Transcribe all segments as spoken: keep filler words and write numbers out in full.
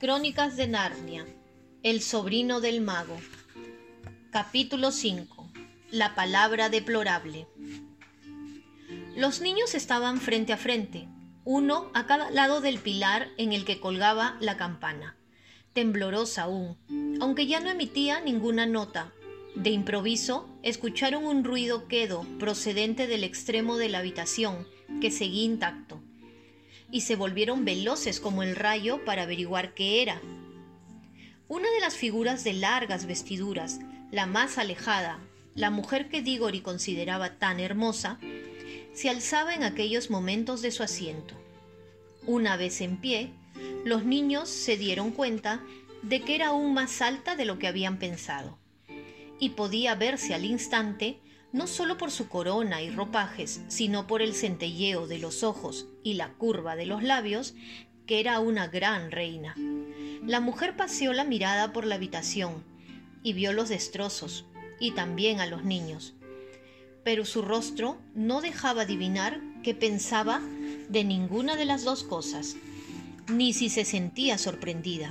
Crónicas de Narnia. El sobrino del mago. Capítulo cinco. La palabra deplorable. Los niños estaban frente a frente, uno a cada lado del pilar en el que colgaba la campana, temblorosa aún, aunque ya no emitía ninguna nota. De improviso, escucharon un ruido quedo procedente del extremo de la habitación, que seguía intacto, y se volvieron veloces como el rayo para averiguar qué era. Una de las figuras de largas vestiduras, la más alejada, la mujer que Diggory consideraba tan hermosa, se alzaba en aquellos momentos de su asiento. Una vez en pie, los niños se dieron cuenta de que era aún más alta de lo que habían pensado, y podía verse al instante no solo por su corona y ropajes, sino por el centelleo de los ojos y la curva de los labios, que era una gran reina. La mujer paseó la mirada por la habitación y vio los destrozos, y también a los niños, pero su rostro no dejaba adivinar qué pensaba de ninguna de las dos cosas, ni si se sentía sorprendida.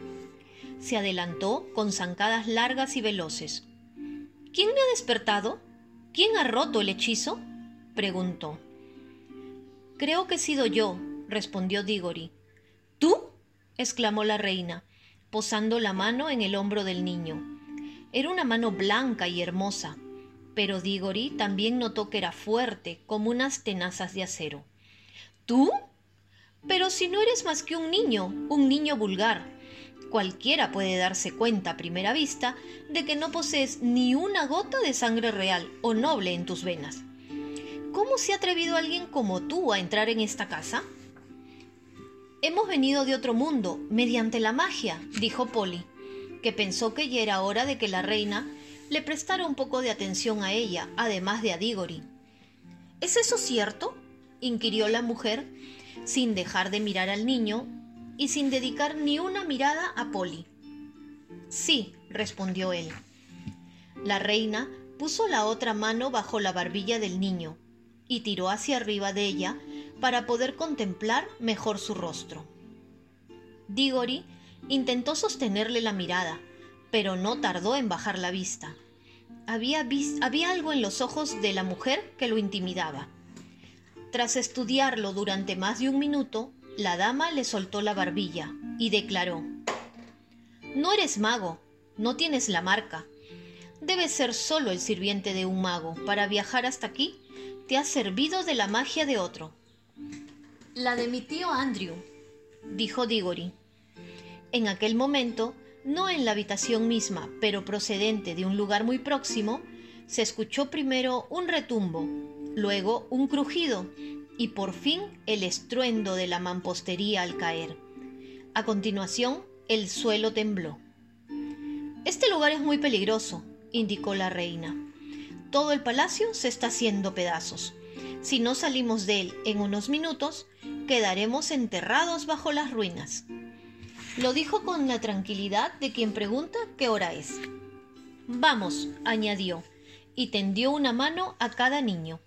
Se adelantó con zancadas largas y veloces. ¿Quién me ha despertado? ¿Quién ha roto el hechizo?, preguntó. Creo que he sido yo, respondió Diggory. ¿Tú?, exclamó la reina, posando la mano en el hombro del niño. Era una mano blanca y hermosa, pero Diggory también notó que era fuerte como unas tenazas de acero. ¿Tú? Pero si no eres más que un niño, un niño vulgar. Cualquiera puede darse cuenta a primera vista de que no posees ni una gota de sangre real o noble en tus venas. ¿Cómo se ha atrevido alguien como tú a entrar en esta casa? Hemos venido de otro mundo, mediante la magia, dijo Polly, que pensó que ya era hora de que la reina le prestara un poco de atención a ella, además de a Diggory. ¿Es eso cierto?, inquirió la mujer, sin dejar de mirar al niño y sin dedicar ni una mirada a Polly. Sí, respondió él. La reina puso la otra mano bajo la barbilla del niño y tiró hacia arriba de ella para poder contemplar mejor su rostro. Diggory intentó sostenerle la mirada, pero no tardó en bajar la vista. Había, vis- había algo en los ojos de la mujer que lo intimidaba. Tras estudiarlo durante más de un minuto, la dama le soltó la barbilla y declaró: «No eres mago, no tienes la marca. Debes ser solo el sirviente de un mago. Para viajar hasta aquí, te has servido de la magia de otro». «La de mi tío Andrew», dijo Diggory. En aquel momento, no en la habitación misma, pero procedente de un lugar muy próximo, se escuchó primero un retumbo, luego un crujido y por fin el estruendo de la mampostería al caer. A continuación, el suelo tembló. «Este lugar es muy peligroso», indicó la reina. «Todo el palacio se está haciendo pedazos. Si no salimos de él en unos minutos, quedaremos enterrados bajo las ruinas». Lo dijo con la tranquilidad de quien pregunta qué hora es. «Vamos», añadió, y tendió una mano a cada niño.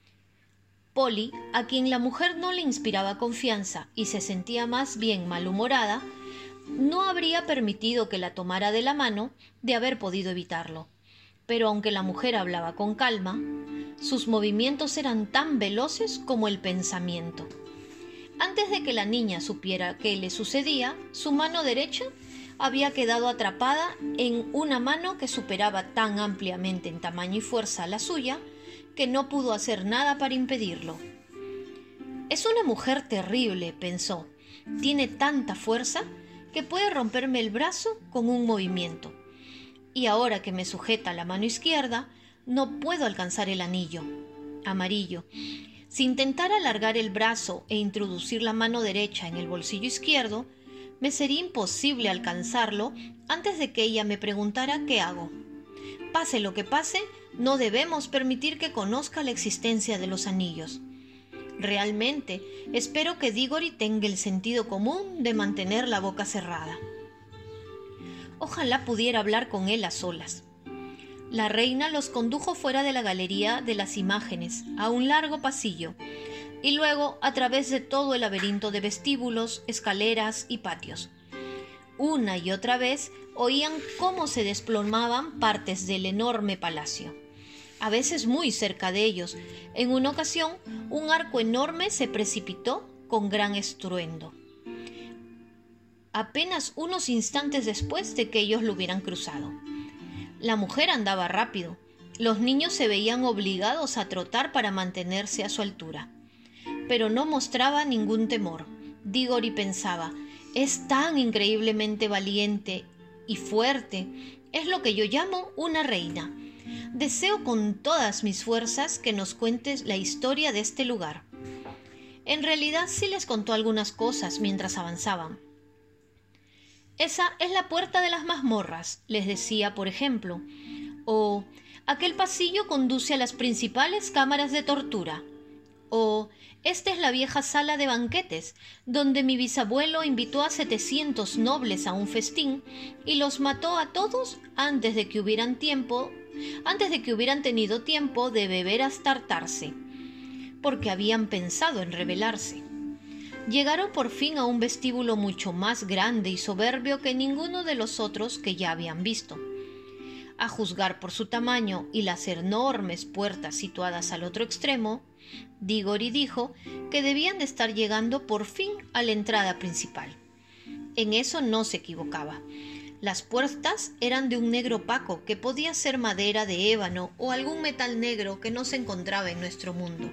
Polly, a quien la mujer no le inspiraba confianza y se sentía más bien malhumorada, no habría permitido que la tomara de la mano de haber podido evitarlo. Pero aunque la mujer hablaba con calma, sus movimientos eran tan veloces como el pensamiento. Antes de que la niña supiera qué le sucedía, su mano derecha había quedado atrapada en una mano que superaba tan ampliamente en tamaño y fuerza a la suya que no pudo hacer nada para impedirlo. «Es una mujer terrible», pensó. «Tiene tanta fuerza que puede romperme el brazo con un movimiento. Y ahora que me sujeta la mano izquierda, no puedo alcanzar el anillo amarillo. Si intentara alargar el brazo e introducir la mano derecha en el bolsillo izquierdo, me sería imposible alcanzarlo antes de que ella me preguntara qué hago. Pase lo que pase, no debemos permitir que conozca la existencia de los anillos. Realmente, espero que Diggory tenga el sentido común de mantener la boca cerrada. Ojalá pudiera hablar con él a solas». La reina los condujo fuera de la galería de las imágenes, a un largo pasillo, y luego a través de todo el laberinto de vestíbulos, escaleras y patios. Una y otra vez oían cómo se desplomaban partes del enorme palacio, a veces muy cerca de ellos. En una ocasión, un arco enorme se precipitó con gran estruendo, apenas unos instantes después de que ellos lo hubieran cruzado. La mujer andaba rápido. Los niños se veían obligados a trotar para mantenerse a su altura. Pero no mostraba ningún temor. Diggory pensaba, es tan increíblemente valiente y fuerte. Es lo que yo llamo una reina. Deseo con todas mis fuerzas que nos cuentes la historia de este lugar. En realidad sí les contó algunas cosas mientras avanzaban. Esa es la puerta de las mazmorras, les decía, por ejemplo. O aquel pasillo conduce a las principales cámaras de tortura. O esta es la vieja sala de banquetes, donde mi bisabuelo invitó a setecientos nobles a un festín y los mató a todos antes de que hubieran tiempo, antes de que hubieran tenido tiempo de beber hasta hartarse, porque habían pensado en rebelarse. Llegaron por fin a un vestíbulo mucho más grande y soberbio que ninguno de los otros que ya habían visto. A juzgar por su tamaño y las enormes puertas situadas al otro extremo, Diggory dijo que debían de estar llegando por fin a la entrada principal. En eso no se equivocaba. Las puertas eran de un negro opaco que podía ser madera de ébano o algún metal negro que no se encontraba en nuestro mundo.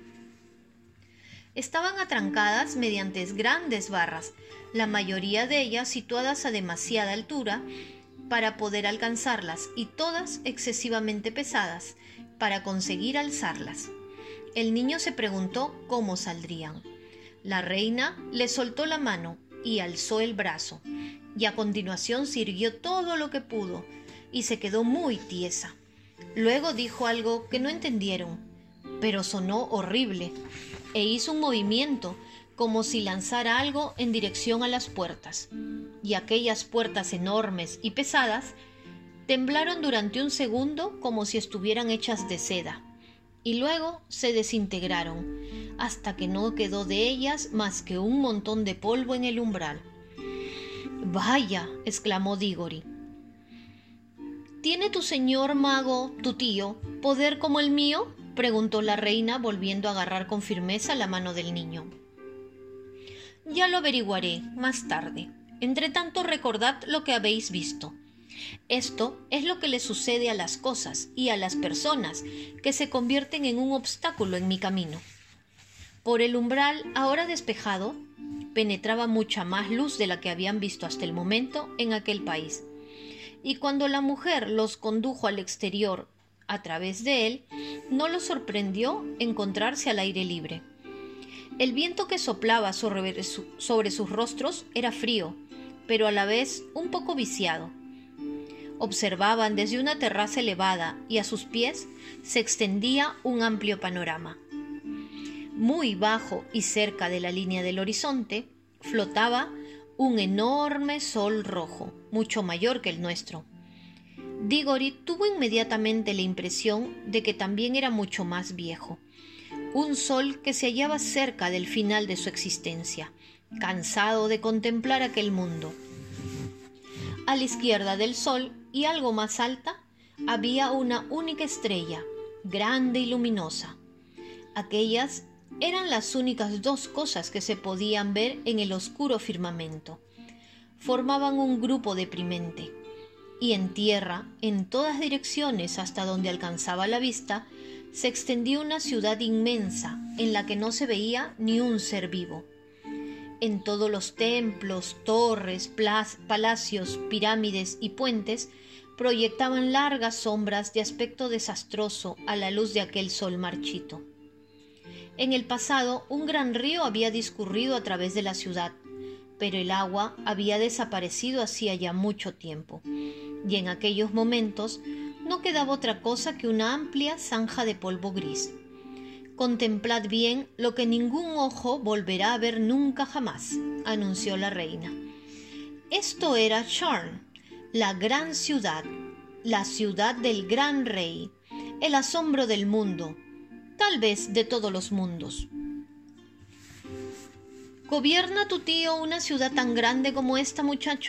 Estaban atrancadas mediante grandes barras, la mayoría de ellas situadas a demasiada altura para poder alcanzarlas y todas excesivamente pesadas para conseguir alzarlas. El niño se preguntó cómo saldrían. La reina le soltó la mano y alzó el brazo, y a continuación sirvió todo lo que pudo y se quedó muy tiesa. Luego dijo algo que no entendieron, pero sonó horrible, e hizo un movimiento como si lanzara algo en dirección a las puertas, y aquellas puertas enormes y pesadas temblaron durante un segundo como si estuvieran hechas de seda, y luego se desintegraron, hasta que no quedó de ellas más que un montón de polvo en el umbral. «¡Vaya!», exclamó Diggory. «¿Tiene tu señor mago, tu tío, poder como el mío?», preguntó la reina, volviendo a agarrar con firmeza la mano del niño. «Ya lo averiguaré más tarde. Entretanto, recordad lo que habéis visto. Esto es lo que le sucede a las cosas y a las personas que se convierten en un obstáculo en mi camino». Por el umbral, ahora despejado, penetraba mucha más luz de la que habían visto hasta el momento en aquel país. Y cuando la mujer los condujo al exterior a través de él, no los sorprendió encontrarse al aire libre. El viento que soplaba sobre, su, sobre sus rostros era frío, pero a la vez un poco viciado. Observaban desde una terraza elevada y a sus pies se extendía un amplio panorama. Muy bajo y cerca de la línea del horizonte flotaba un enorme sol rojo, mucho mayor que el nuestro. Diggory tuvo inmediatamente la impresión de que también era mucho más viejo. Un sol que se hallaba cerca del final de su existencia, cansado de contemplar aquel mundo. A la izquierda del sol y algo más alta había una única estrella, grande y luminosa. Aquellas eran las únicas dos cosas que se podían ver en el oscuro firmamento. Formaban un grupo deprimente. Y en tierra, en todas direcciones hasta donde alcanzaba la vista, se extendía una ciudad inmensa en la que no se veía ni un ser vivo. En todos los templos, torres, palacios, pirámides y puentes proyectaban largas sombras de aspecto desastroso a la luz de aquel sol marchito. En el pasado, un gran río había discurrido a través de la ciudad, pero el agua había desaparecido hacía ya mucho tiempo, y en aquellos momentos no quedaba otra cosa que una amplia zanja de polvo gris. «Contemplad bien lo que ningún ojo volverá a ver nunca jamás», anunció la reina. Esto era Sharn, la gran ciudad, la ciudad del gran rey, el asombro del mundo, tal vez de todos los mundos. «¿Gobierna tu tío una ciudad tan grande como esta, muchacho?»,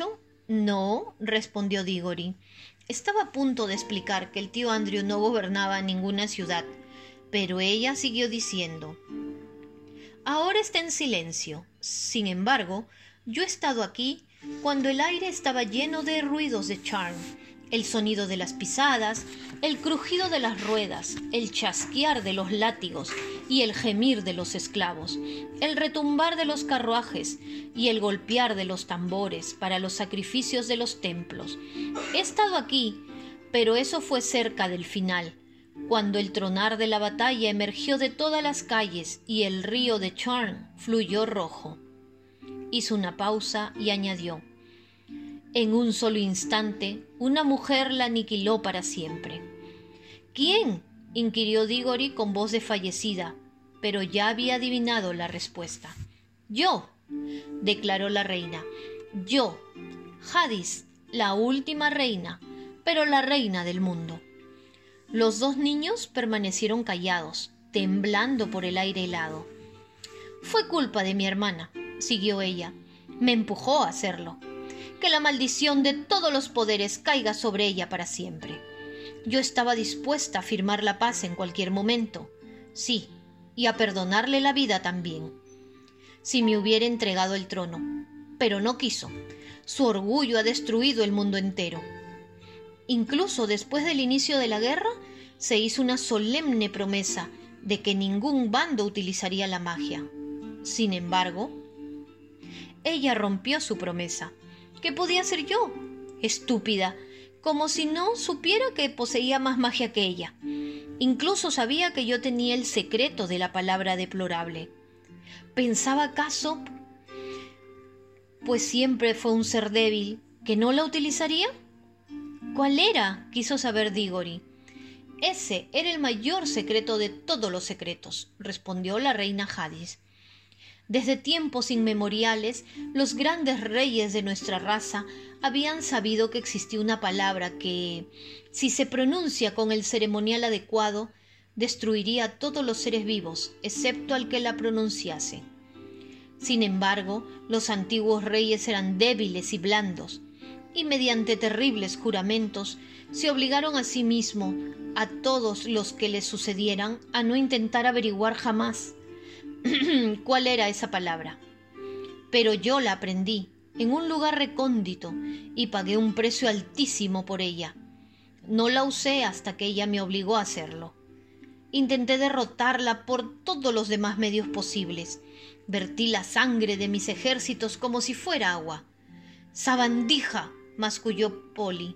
No, respondió Diggory. Estaba a punto de explicar que el tío Andrew no gobernaba ninguna ciudad, pero ella siguió diciendo: ahora está en silencio. Sin embargo, yo he estado aquí cuando el aire estaba lleno de ruidos de Charm, el sonido de las pisadas, el crujido de las ruedas, el chasquear de los látigos y el gemir de los esclavos, el retumbar de los carruajes y el golpear de los tambores para los sacrificios de los templos. He estado aquí, pero eso fue cerca del final, cuando el tronar de la batalla emergió de todas las calles y el río de Charm fluyó rojo. Hizo una pausa y añadió: en un solo instante, una mujer la aniquiló para siempre. ¿Quién?, inquirió Diggory con voz desfallecida, pero ya había adivinado la respuesta. Yo, declaró la reina. Yo, Jadis, la última reina, pero la reina del mundo. Los dos niños permanecieron callados, temblando por el aire helado. Fue culpa de mi hermana, siguió ella. Me empujó a hacerlo. Que la maldición de todos los poderes caiga sobre ella para siempre. Yo estaba dispuesta a firmar la paz en cualquier momento, sí, y a perdonarle la vida también, si me hubiera entregado el trono, pero no quiso. Su orgullo ha destruido el mundo entero. Incluso después del inicio de la guerra, se hizo una solemne promesa de que ningún bando utilizaría la magia. Sin embargo, ella rompió su promesa. ¿Qué podía hacer yo? Estúpida, como si no supiera que poseía más magia que ella. Incluso sabía que yo tenía el secreto de la palabra deplorable. ¿Pensaba acaso, pues siempre fue un ser débil, que no la utilizaría? ¿Cuál era?, quiso saber Diggory. Ese era el mayor secreto de todos los secretos, respondió la reina Jadis. Desde tiempos inmemoriales, los grandes reyes de nuestra raza habían sabido que existía una palabra que, si se pronuncia con el ceremonial adecuado, destruiría a todos los seres vivos, excepto al que la pronunciase. Sin embargo, los antiguos reyes eran débiles y blandos, y mediante terribles juramentos se obligaron a sí mismos, a todos los que les sucedieran, a no intentar averiguar jamás cuál era esa palabra. Pero yo la aprendí en un lugar recóndito y pagué un precio altísimo por ella. No la usé hasta que ella me obligó a hacerlo. Intenté derrotarla por todos los demás medios posibles. Vertí la sangre de mis ejércitos como si fuera agua. «¡Sabandija!», masculló Polly.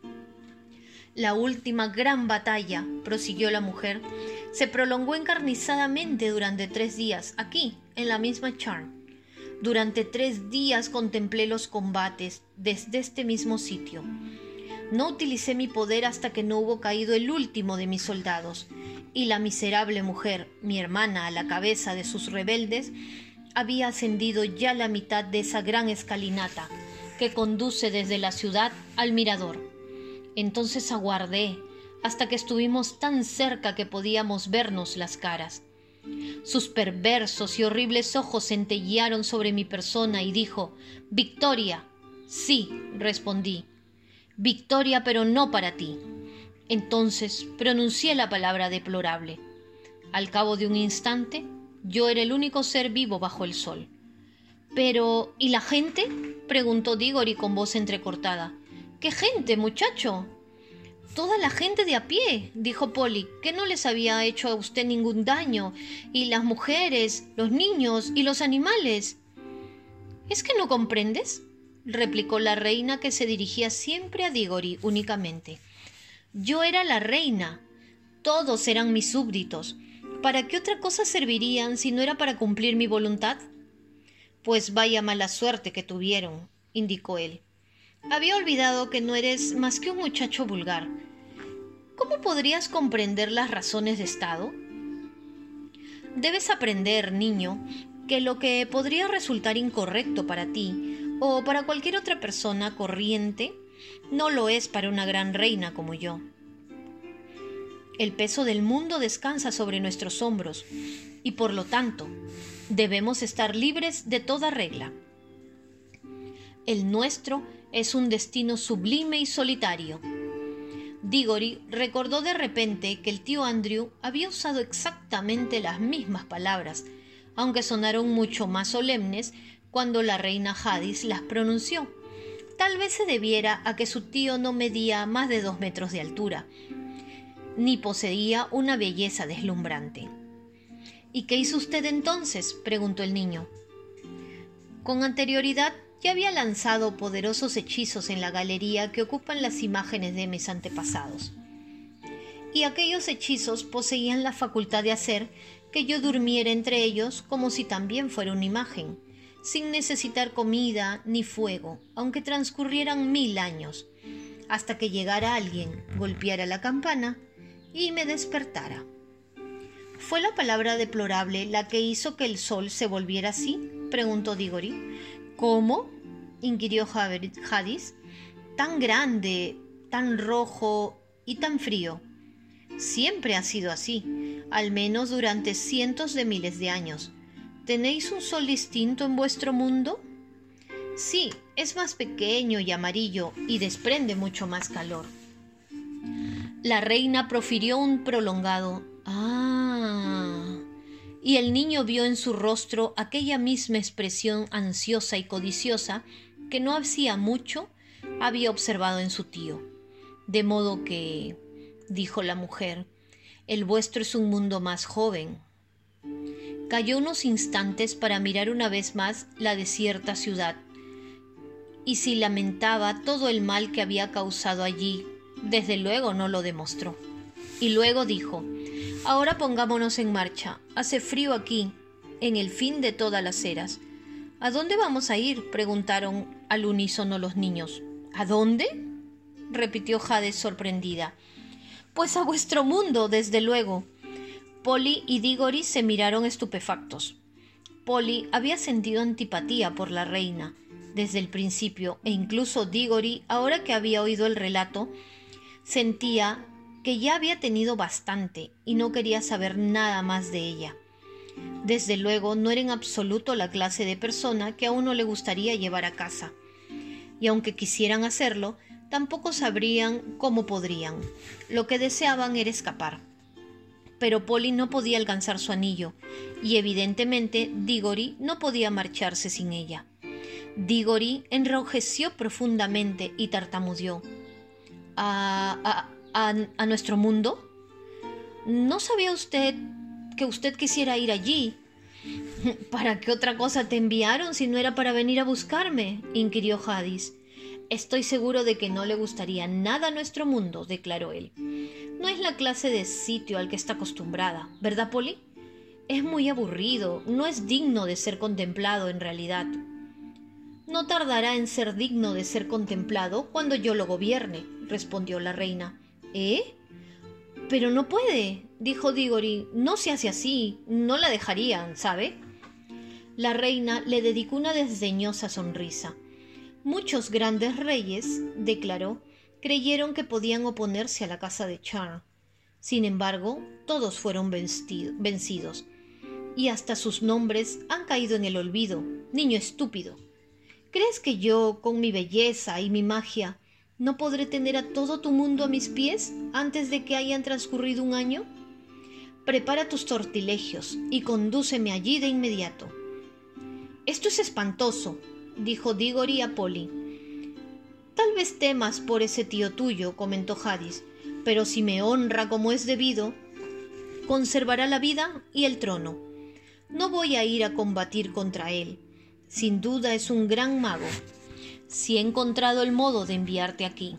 La última gran batalla, prosiguió la mujer, se prolongó encarnizadamente durante tres días, aquí, en la misma Charm. Durante tres días contemplé los combates desde este mismo sitio. No utilicé mi poder hasta que no hubo caído el último de mis soldados, y la miserable mujer, mi hermana a la cabeza de sus rebeldes, había ascendido ya la mitad de esa gran escalinata que conduce desde la ciudad al mirador. Entonces aguardé hasta que estuvimos tan cerca que podíamos vernos las caras. Sus perversos y horribles ojos centellearon sobre mi persona y dijo: «Victoria». «Sí», respondí. «Victoria, pero no para ti». Entonces pronuncié la palabra deplorable. Al cabo de un instante, yo era el único ser vivo bajo el sol. «Pero, ¿y la gente?», preguntó Diggory con voz entrecortada. «¿Qué gente, muchacho?» «Toda la gente de a pie», dijo Polly, «que no les había hecho a usted ningún daño, y las mujeres, los niños y los animales». «¿Es que no comprendes?», replicó la reina, que se dirigía siempre a Diggory únicamente. «Yo era la reina. Todos eran mis súbditos. ¿Para qué otra cosa servirían si no era para cumplir mi voluntad?» «Pues vaya mala suerte que tuvieron», indicó él. «Había olvidado que no eres más que un muchacho vulgar. ¿Cómo podrías comprender las razones de estado? Debes aprender, niño, que lo que podría resultar incorrecto para ti o para cualquier otra persona corriente no lo es para una gran reina como yo. El peso del mundo descansa sobre nuestros hombros y, por lo tanto, debemos estar libres de toda regla. El nuestro Es un destino sublime y solitario. Diggory recordó de repente que el tío Andrew había usado exactamente las mismas palabras, aunque sonaron mucho más solemnes cuando la reina Jadis las pronunció. Tal vez se debiera a que su tío no medía más de dos metros de altura, ni poseía una belleza deslumbrante. —¿Y qué hizo usted entonces? —preguntó el niño. Con anterioridad ya había lanzado poderosos hechizos en la galería que ocupan las imágenes de mis antepasados. Y aquellos hechizos poseían la facultad de hacer que yo durmiera entre ellos como si también fuera una imagen, sin necesitar comida ni fuego, aunque transcurrieran mil años, hasta que llegara alguien, golpeara la campana y me despertara. ¿Fue la palabra deplorable la que hizo que el sol se volviera así?, preguntó Diggory. ¿Cómo?, inquirió Jadis. Tan grande, tan rojo y tan frío. Siempre ha sido así, al menos durante cientos de miles de años. ¿Tenéis un sol distinto en vuestro mundo? Sí, es más pequeño y amarillo y desprende mucho más calor. La reina profirió un prolongado «Ah», y el niño vio en su rostro aquella misma expresión ansiosa y codiciosa que no hacía mucho había observado en su tío. De modo que, dijo la mujer, el vuestro es un mundo más joven. Calló unos instantes para mirar una vez más la desierta ciudad, y si lamentaba todo el mal que había causado allí, desde luego no lo demostró. Y luego dijo: «Ahora pongámonos en marcha. Hace frío aquí, en el fin de todas las eras». «¿A dónde vamos a ir?», preguntaron al unísono los niños. «¿A dónde?», repitió Jadis sorprendida. «Pues a vuestro mundo, desde luego». Polly y Diggory se miraron estupefactos. Polly había sentido antipatía por la reina desde el principio, e incluso Diggory, ahora que había oído el relato, sentía que ya había tenido bastante y no quería saber nada más de ella. Desde luego no era en absoluto la clase de persona que a uno le gustaría llevar a casa, y aunque quisieran hacerlo, tampoco sabrían cómo podrían. Lo que deseaban era escapar. Pero Polly no podía alcanzar su anillo, y evidentemente Diggory no podía marcharse sin ella. Diggory enrojeció profundamente y tartamudeó. ¿A, a, a, a nuestro mundo? ¿No sabía usted que usted quisiera ir allí? ¿Para qué otra cosa te enviaron si no era para venir a buscarme?, inquirió Jadis. Estoy seguro de que no le gustaría nada a nuestro mundo, declaró él. No es la clase de sitio al que está acostumbrada, ¿verdad, Polly? Es muy aburrido, no es digno de ser contemplado en realidad. No tardará en ser digno de ser contemplado cuando yo lo gobierne, respondió la reina. ¿Eh? Pero no puede, dijo Diggory. No se hace así, no la dejarían, ¿sabe? La reina le dedicó una desdeñosa sonrisa. Muchos grandes reyes, declaró, creyeron que podían oponerse a la casa de Charles. Sin embargo, todos fueron vencidos, y hasta sus nombres han caído en el olvido. Niño estúpido. ¿Crees que yo, con mi belleza y mi magia, no podré tener a todo tu mundo a mis pies antes de que hayan transcurrido un año? Prepara tus sortilegios y condúceme allí de inmediato. Esto es espantoso, dijo Diggory a Polly. Tal vez temas por ese tío tuyo, comentó Jadis, pero si me honra como es debido, conservará la vida y el trono. No voy a ir a combatir contra él. Sin duda es un gran mago. Si he encontrado el modo de enviarte aquí.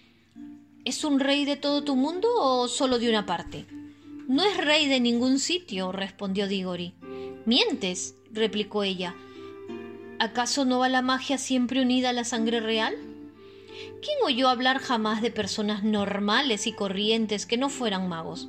¿Es un rey de todo tu mundo o solo de una parte? No es rey de ningún sitio, respondió Diggory. Mientes, replicó ella. ¿Acaso no va la magia siempre unida a la sangre real? ¿Quién oyó hablar jamás de personas normales y corrientes que no fueran magos?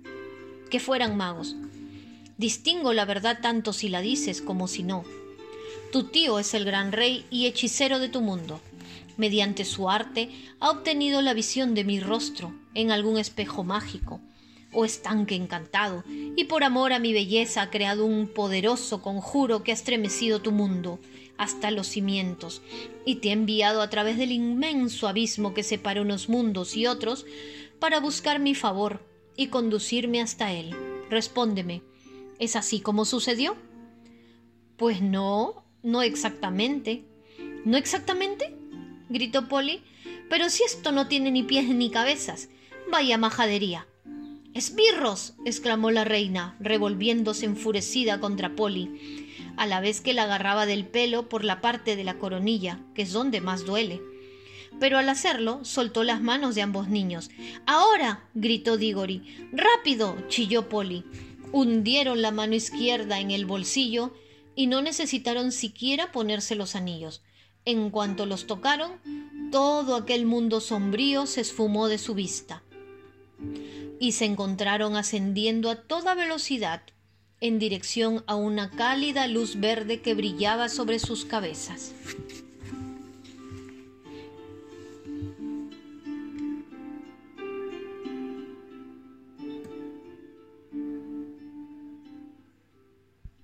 Que fueran magos. Distingo la verdad tanto si la dices como si no. Tu tío es el gran rey y hechicero de tu mundo. Mediante su arte ha obtenido la visión de mi rostro en algún espejo mágico o estanque encantado, y por amor a mi belleza ha creado un poderoso conjuro que ha estremecido tu mundo, hasta los cimientos, y te he enviado a través del inmenso abismo que separa unos mundos y otros para buscar mi favor y conducirme hasta él. Respóndeme, ¿es así como sucedió? Pues no, no exactamente. ¿No exactamente?, gritó Polly. Pero si esto no tiene ni pies ni cabezas. Vaya majadería. ¡Esbirros!, exclamó la reina, revolviéndose enfurecida contra Polly, a la vez que la agarraba del pelo por la parte de la coronilla, que es donde más duele. Pero al hacerlo, soltó las manos de ambos niños. ¡Ahora!, gritó Diggory. ¡Rápido!, chilló Polly. Hundieron la mano izquierda en el bolsillo y no necesitaron siquiera ponerse los anillos. En cuanto los tocaron, todo aquel mundo sombrío se esfumó de su vista y se encontraron ascendiendo a toda velocidad en dirección a una cálida luz verde que brillaba sobre sus cabezas.